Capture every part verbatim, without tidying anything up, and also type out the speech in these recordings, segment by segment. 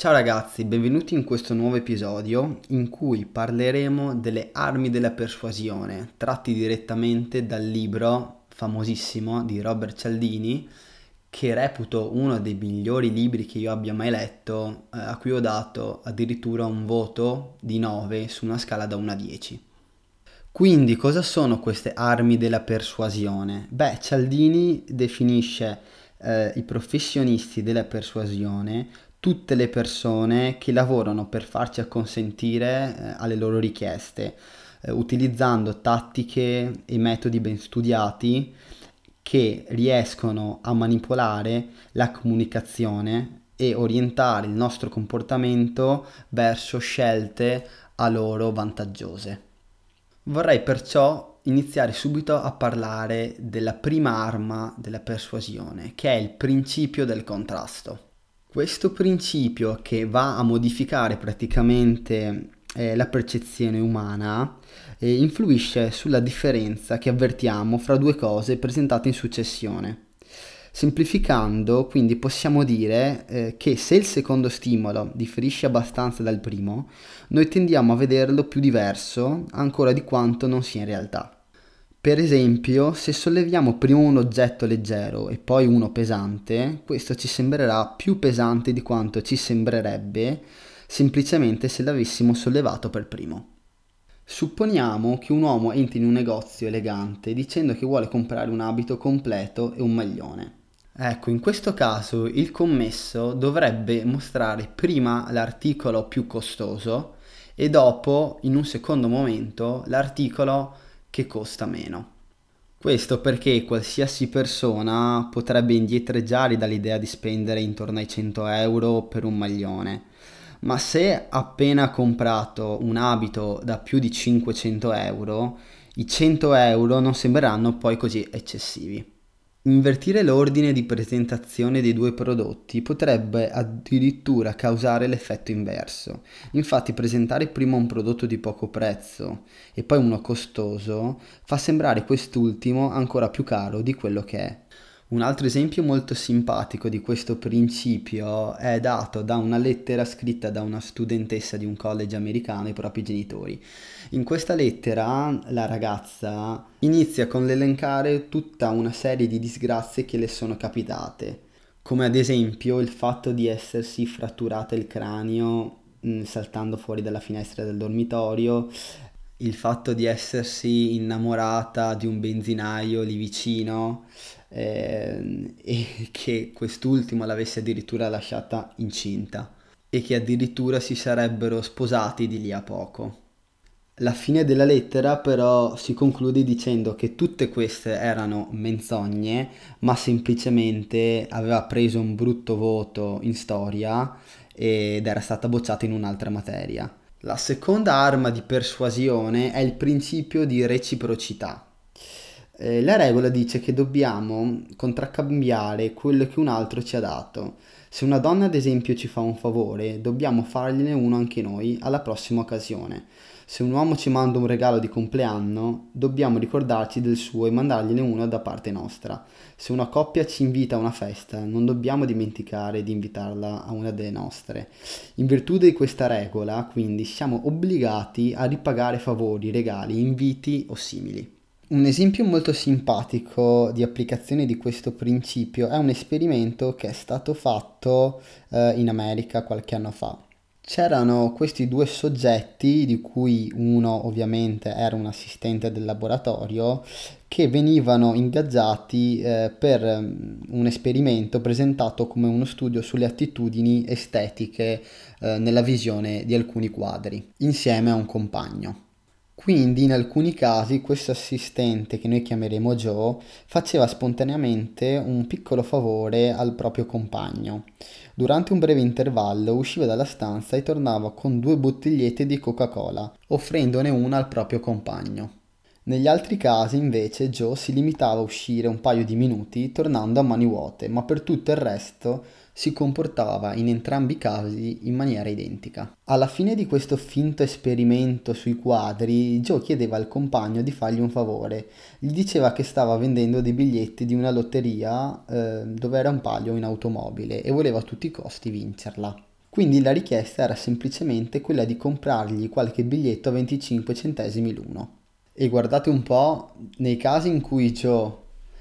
Ciao ragazzi, benvenuti in questo nuovo episodio in cui parleremo delle armi della persuasione, tratti direttamente dal libro famosissimo di Robert Cialdini, che reputo uno dei migliori libri che io abbia mai letto, eh, a cui ho dato addirittura un voto di nove su una scala da uno a dieci. Quindi cosa sono queste armi della persuasione? Beh, Cialdini definisce eh, i professionisti della persuasione tutte le persone che lavorano per farci acconsentire eh, alle loro richieste, eh, utilizzando tattiche e metodi ben studiati che riescono a manipolare la comunicazione e orientare il nostro comportamento verso scelte a loro vantaggiose. Vorrei perciò iniziare subito a parlare della prima arma della persuasione, che è il principio del contrasto. Questo principio, che va a modificare praticamente eh, la percezione umana, eh, influisce sulla differenza che avvertiamo fra due cose presentate in successione. Semplificando, quindi possiamo dire eh, che se il secondo stimolo differisce abbastanza dal primo, noi tendiamo a vederlo più diverso ancora di quanto non sia in realtà. Per esempio, se solleviamo prima un oggetto leggero e poi uno pesante, questo ci sembrerà più pesante di quanto ci sembrerebbe semplicemente se l'avessimo sollevato per primo. Supponiamo che un uomo entri in un negozio elegante dicendo che vuole comprare un abito completo e un maglione. Ecco, in questo caso il commesso dovrebbe mostrare prima l'articolo più costoso e dopo, in un secondo momento, l'articolo che costa meno. Questo perché qualsiasi persona potrebbe indietreggiare dall'idea di spendere intorno ai cento euro per un maglione, ma se ha appena comprato un abito da più di cinquecento euro, i cento euro non sembreranno poi così eccessivi. Invertire l'ordine di presentazione dei due prodotti potrebbe addirittura causare l'effetto inverso. Infatti, presentare prima un prodotto di poco prezzo e poi uno costoso fa sembrare quest'ultimo ancora più caro di quello che è. Un altro esempio molto simpatico di questo principio è dato da una lettera scritta da una studentessa di un college americano ai propri genitori. In questa lettera la ragazza inizia con l'elencare tutta una serie di disgrazie che le sono capitate, come ad esempio il fatto di essersi fratturata il cranio mh, saltando fuori dalla finestra del dormitorio, il fatto di essersi innamorata di un benzinaio lì vicino eh, e che quest'ultimo l'avesse addirittura lasciata incinta e che addirittura si sarebbero sposati di lì a poco. La fine della lettera però si conclude dicendo che tutte queste erano menzogne, ma semplicemente aveva preso un brutto voto in storia ed era stata bocciata in un'altra materia. La seconda arma di persuasione è il principio di reciprocità. Eh, la regola dice che dobbiamo contraccambiare quello che un altro ci ha dato. Se una donna ad esempio ci fa un favore, dobbiamo fargliene uno anche noi alla prossima occasione. Se un uomo ci manda un regalo di compleanno, dobbiamo ricordarci del suo e mandargliene uno da parte nostra. Se una coppia ci invita a una festa, non dobbiamo dimenticare di invitarla a una delle nostre. In virtù di questa regola, quindi, siamo obbligati a ripagare favori, regali, inviti o simili. Un esempio molto simpatico di applicazione di questo principio è un esperimento che è stato fatto eh, in America qualche anno fa. C'erano questi due soggetti, di cui uno ovviamente era un assistente del laboratorio, che venivano ingaggiati eh, per mm, un esperimento presentato come uno studio sulle attitudini estetiche eh, nella visione di alcuni quadri, insieme a un compagno. Quindi in alcuni casi questo assistente, che noi chiameremo Joe, faceva spontaneamente un piccolo favore al proprio compagno. Durante un breve intervallo usciva dalla stanza e tornava con due bottigliette di Coca-Cola, offrendone una al proprio compagno. Negli altri casi invece Joe si limitava a uscire un paio di minuti tornando a mani vuote, ma per tutto il resto si comportava in entrambi i casi in maniera identica. Alla fine di questo finto esperimento sui quadri, Joe chiedeva al compagno di fargli un favore. Gli diceva che stava vendendo dei biglietti di una lotteria eh, dove era un palio in automobile e voleva a tutti i costi vincerla. Quindi la richiesta era semplicemente quella di comprargli qualche biglietto a venticinque centesimi l'uno. E guardate un po', nei casi in cui Joe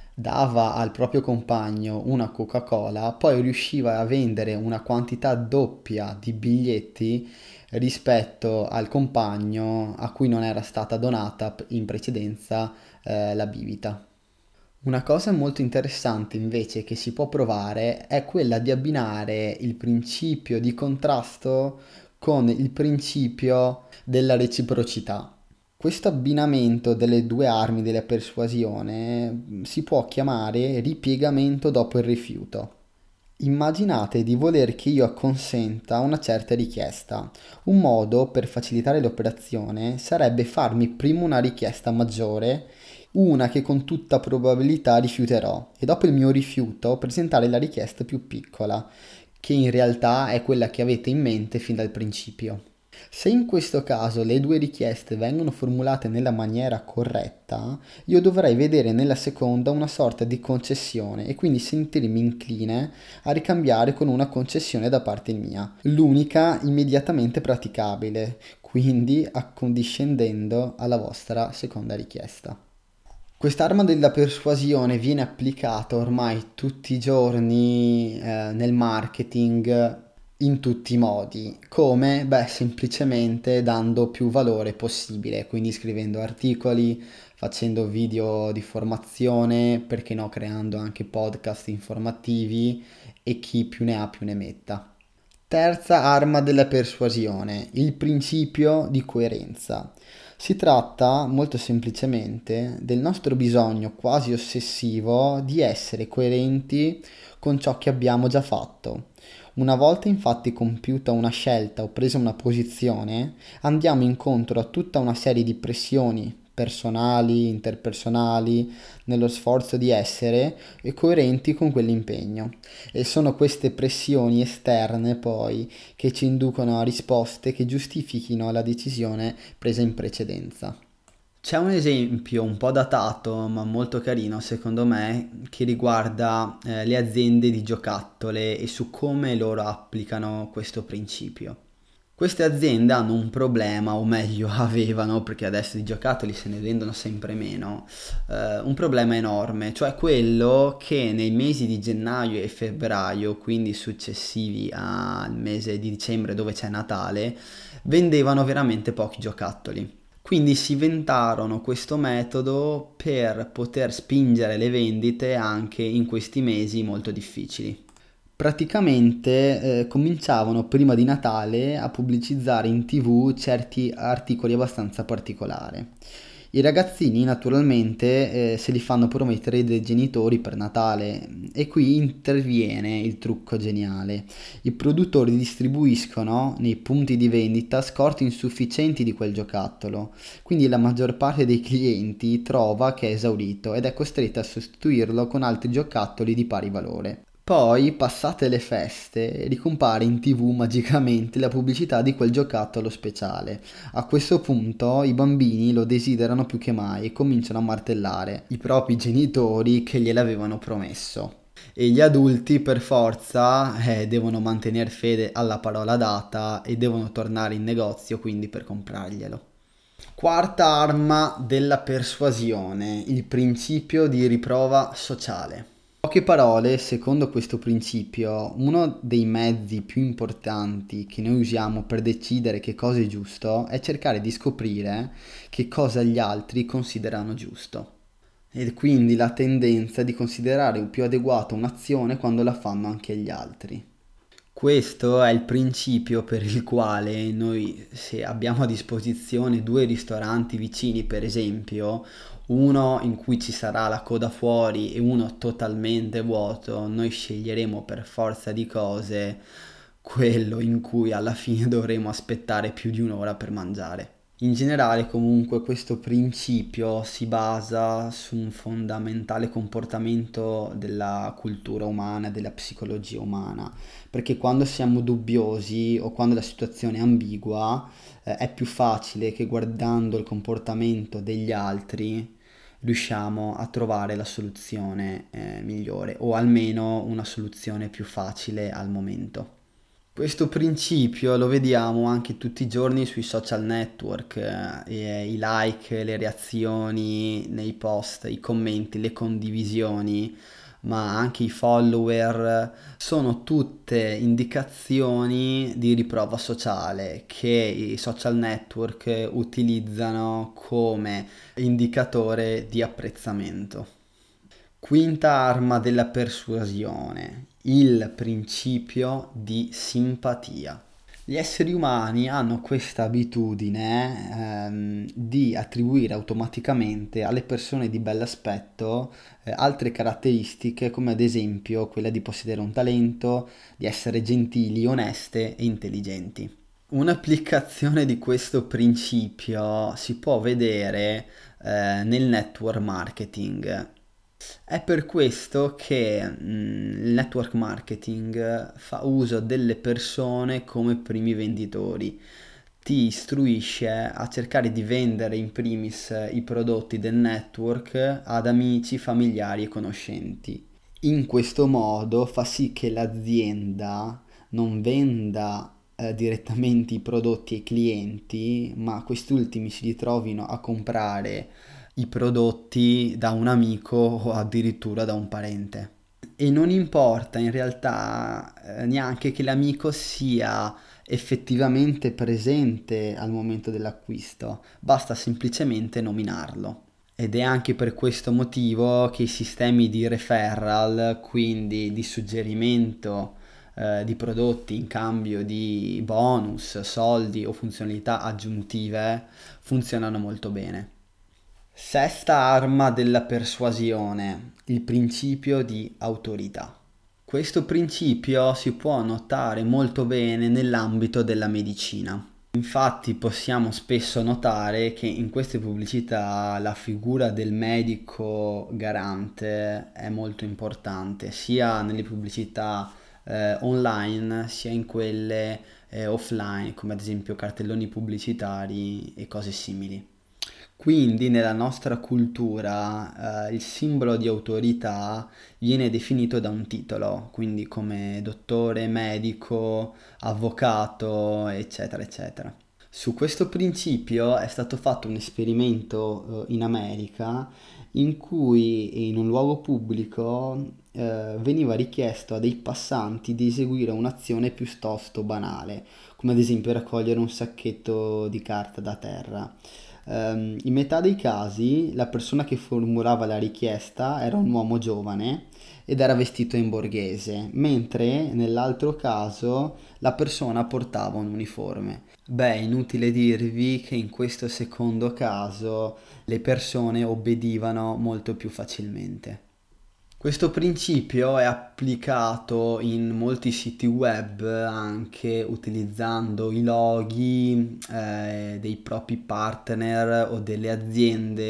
dava al proprio compagno una Coca-Cola, poi riusciva a vendere una quantità doppia di biglietti rispetto al compagno a cui non era stata donata in precedenza eh, la bibita. Una cosa molto interessante invece che si può provare è quella di abbinare il principio di contrasto con il principio della reciprocità. Questo abbinamento delle due armi della persuasione mm, si può chiamare ripiegamento dopo il rifiuto. Immaginate di voler che io acconsenta a una certa richiesta. Un modo per facilitare l'operazione sarebbe farmi prima una richiesta maggiore, una che con tutta probabilità rifiuterò, e dopo il mio rifiuto presentare la richiesta più piccola, che in realtà è quella che avete in mente fin dal principio. Se in questo caso le due richieste vengono formulate nella maniera corretta, io dovrei vedere nella seconda una sorta di concessione e quindi sentirmi incline a ricambiare con una concessione da parte mia, l'unica immediatamente praticabile, quindi accondiscendendo alla vostra seconda richiesta. Quest'arma della persuasione viene applicata ormai tutti i giorni eh, nel marketing in tutti i modi. Come? Beh, semplicemente dando più valore possibile, quindi scrivendo articoli, facendo video di formazione, perché no, creando anche podcast informativi e chi più ne ha più ne metta. Terza arma della persuasione, il principio di coerenza. Si tratta molto semplicemente del nostro bisogno quasi ossessivo di essere coerenti con ciò che abbiamo già fatto. Una volta infatti compiuta una scelta o presa una posizione, andiamo incontro a tutta una serie di pressioni personali, interpersonali, nello sforzo di essere coerenti con quell'impegno. E sono queste pressioni esterne poi che ci inducono a risposte che giustifichino la decisione presa in precedenza. C'è un esempio un po' datato, ma molto carino secondo me, che riguarda eh, le aziende di giocattole e su come loro applicano questo principio. Queste aziende hanno un problema, o meglio avevano, perché adesso di giocattoli se ne vendono sempre meno, eh, un problema enorme, cioè quello che nei mesi di gennaio e febbraio, quindi successivi al mese di dicembre dove c'è Natale, vendevano veramente pochi giocattoli. Quindi si inventarono questo metodo per poter spingere le vendite anche in questi mesi molto difficili. Praticamente eh, cominciavano prima di Natale a pubblicizzare in tv certi articoli abbastanza particolari. I ragazzini naturalmente eh, se li fanno promettere dai genitori per Natale e qui interviene il trucco geniale. I produttori distribuiscono nei punti di vendita scorti insufficienti di quel giocattolo, quindi la maggior parte dei clienti trova che è esaurito ed è costretta a sostituirlo con altri giocattoli di pari valore. Poi, passate le feste, ricompare in tv magicamente la pubblicità di quel giocattolo speciale. A questo punto i bambini lo desiderano più che mai e cominciano a martellare i propri genitori che gliel'avevano promesso. E gli adulti per forza eh, devono mantenere fede alla parola data e devono tornare in negozio quindi per comprarglielo. Quarta arma della persuasione, il principio di riprova sociale. In poche parole, secondo questo principio, uno dei mezzi più importanti che noi usiamo per decidere che cosa è giusto è cercare di scoprire che cosa gli altri considerano giusto. E quindi la tendenza di considerare più adeguata un'azione quando la fanno anche gli altri. Questo è il principio per il quale noi, se abbiamo a disposizione due ristoranti vicini, per esempio, uno in cui ci sarà la coda fuori e uno totalmente vuoto, noi sceglieremo per forza di cose quello in cui alla fine dovremo aspettare più di un'ora per mangiare. In generale, comunque, questo principio si basa su un fondamentale comportamento della cultura umana, della psicologia umana, perché quando siamo dubbiosi o quando la situazione è ambigua, eh, è più facile che guardando il comportamento degli altri riusciamo a trovare la soluzione, eh, migliore o almeno una soluzione più facile al momento. Questo principio lo vediamo anche tutti i giorni sui social network, eh, e i like, le reazioni nei post, i commenti, le condivisioni, ma anche i follower, sono tutte indicazioni di riprova sociale che i social network utilizzano come indicatore di apprezzamento. Quinta arma della persuasione, il principio di simpatia. Gli esseri umani hanno questa abitudine ehm, di attribuire automaticamente alle persone di bell'aspetto eh, altre caratteristiche, come ad esempio quella di possedere un talento, di essere gentili, oneste e intelligenti. Un'applicazione di questo principio si può vedere eh, nel network marketing. È per questo che mm, il network marketing fa uso delle persone come primi venditori. Ti istruisce a cercare di vendere in primis i prodotti del network ad amici, familiari e conoscenti. In questo modo fa sì che l'azienda non venda eh, direttamente i prodotti ai clienti, ma questi ultimi si ritrovino a comprare i prodotti da un amico o addirittura da un parente. E non importa in realtà eh, neanche che l'amico sia effettivamente presente al momento dell'acquisto, basta semplicemente nominarlo. Ed è anche per questo motivo che i sistemi di referral, quindi di suggerimento eh, di prodotti in cambio di bonus, soldi o funzionalità aggiuntive, funzionano molto bene. Sesta arma della persuasione, il principio di autorità. Questo principio si può notare molto bene nell'ambito della medicina. Infatti possiamo spesso notare che in queste pubblicità la figura del medico garante è molto importante, sia nelle pubblicità eh, online sia in quelle eh, offline, come ad esempio cartelloni pubblicitari e cose simili. Quindi nella nostra cultura eh, il simbolo di autorità viene definito da un titolo, quindi come dottore, medico, avvocato, eccetera, eccetera. Su questo principio è stato fatto un esperimento eh, in America in cui in un luogo pubblico eh, veniva richiesto a dei passanti di eseguire un'azione piuttosto banale, come ad esempio raccogliere un sacchetto di carta da terra. Ehm, in metà dei casi la persona che formulava la richiesta era un uomo giovane ed era vestito in borghese, mentre nell'altro caso la persona portava un uniforme. Beh, inutile dirvi che in questo secondo caso le persone obbedivano molto più facilmente. Questo principio è applicato in molti siti web anche utilizzando i loghi eh, dei propri partner o delle aziende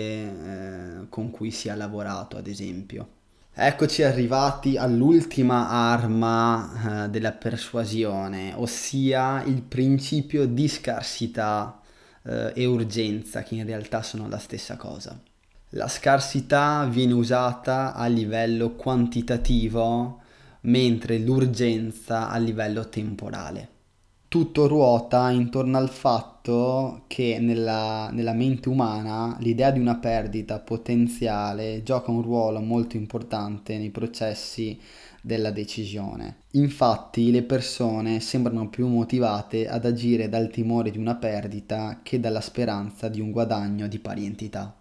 eh, con cui si è lavorato, ad esempio. Eccoci arrivati all'ultima arma eh, della persuasione, ossia il principio di scarsità eh, e urgenza, che in realtà sono la stessa cosa. La scarsità viene usata a livello quantitativo, mentre l'urgenza a livello temporale. Tutto ruota intorno al fatto che nella, nella mente umana l'idea di una perdita potenziale gioca un ruolo molto importante nei processi della decisione. Infatti le persone sembrano più motivate ad agire dal timore di una perdita che dalla speranza di un guadagno di pari entità.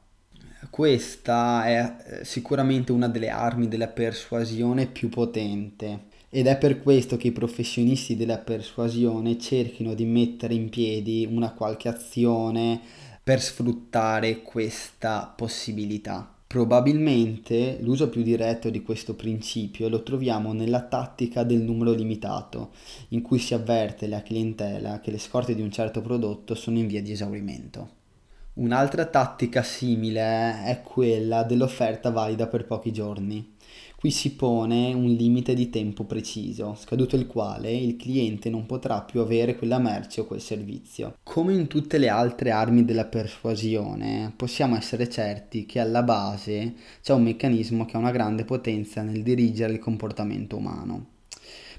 Questa è eh, sicuramente una delle armi della persuasione più potente ed è per questo che i professionisti della persuasione cerchino di mettere in piedi una qualche azione per sfruttare questa possibilità. Probabilmente l'uso più diretto di questo principio lo troviamo nella tattica del numero limitato, in cui si avverte la clientela che le scorte di un certo prodotto sono in via di esaurimento. Un'altra tattica simile è quella dell'offerta valida per pochi giorni. Qui si pone un limite di tempo preciso, scaduto il quale il cliente non potrà più avere quella merce o quel servizio. Come in tutte le altre armi della persuasione, possiamo essere certi che alla base c'è un meccanismo che ha una grande potenza nel dirigere il comportamento umano.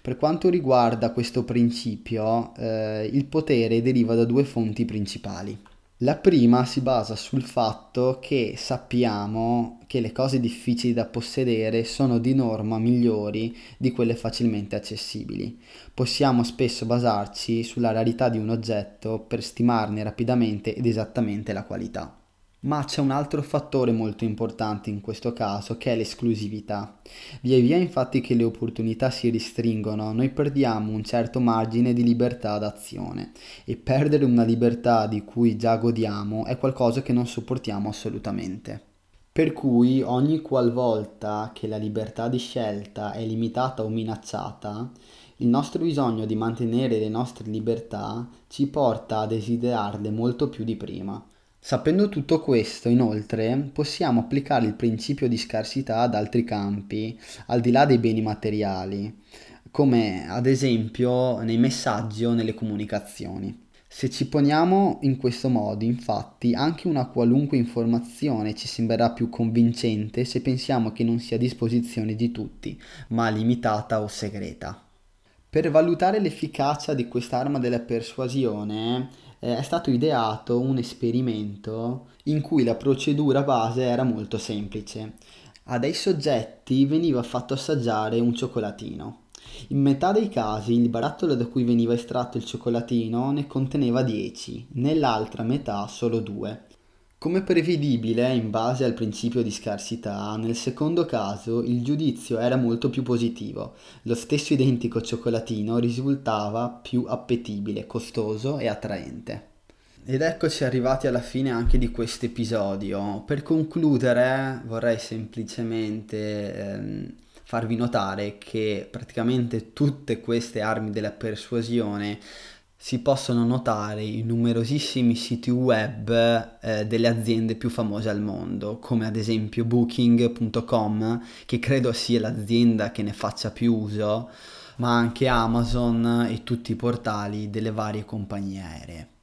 Per quanto riguarda questo principio, eh, il potere deriva da due fonti principali. La prima si basa sul fatto che sappiamo che le cose difficili da possedere sono di norma migliori di quelle facilmente accessibili. Possiamo spesso basarci sulla rarità di un oggetto per stimarne rapidamente ed esattamente la qualità. Ma c'è un altro fattore molto importante in questo caso, che è l'esclusività. Via via infatti che le opportunità si restringono, noi perdiamo un certo margine di libertà d'azione e perdere una libertà di cui già godiamo è qualcosa che non sopportiamo assolutamente. Per cui ogni qualvolta che la libertà di scelta è limitata o minacciata, il nostro bisogno di mantenere le nostre libertà ci porta a desiderarle molto più di prima. Sapendo tutto questo, inoltre, possiamo applicare il principio di scarsità ad altri campi, al di là dei beni materiali, come ad esempio nei messaggi o nelle comunicazioni. Se ci poniamo in questo modo, infatti, anche una qualunque informazione ci sembrerà più convincente se pensiamo che non sia a disposizione di tutti, ma limitata o segreta. Per valutare l'efficacia di quest'arma della persuasione eh, è stato ideato un esperimento in cui la procedura base era molto semplice. A dei soggetti veniva fatto assaggiare un cioccolatino. In metà dei casi il barattolo da cui veniva estratto il cioccolatino ne conteneva dieci, nell'altra metà solo due. Come prevedibile, in base al principio di scarsità, nel secondo caso il giudizio era molto più positivo. Lo stesso identico cioccolatino risultava più appetibile, costoso e attraente. Ed eccoci arrivati alla fine anche di questo episodio. Per concludere vorrei semplicemente ehm, farvi notare che praticamente tutte queste armi della persuasione si possono notare in numerosissimi siti web eh, delle aziende più famose al mondo, come ad esempio booking punto com, che credo sia l'azienda che ne faccia più uso, ma anche Amazon e tutti i portali delle varie compagnie aeree.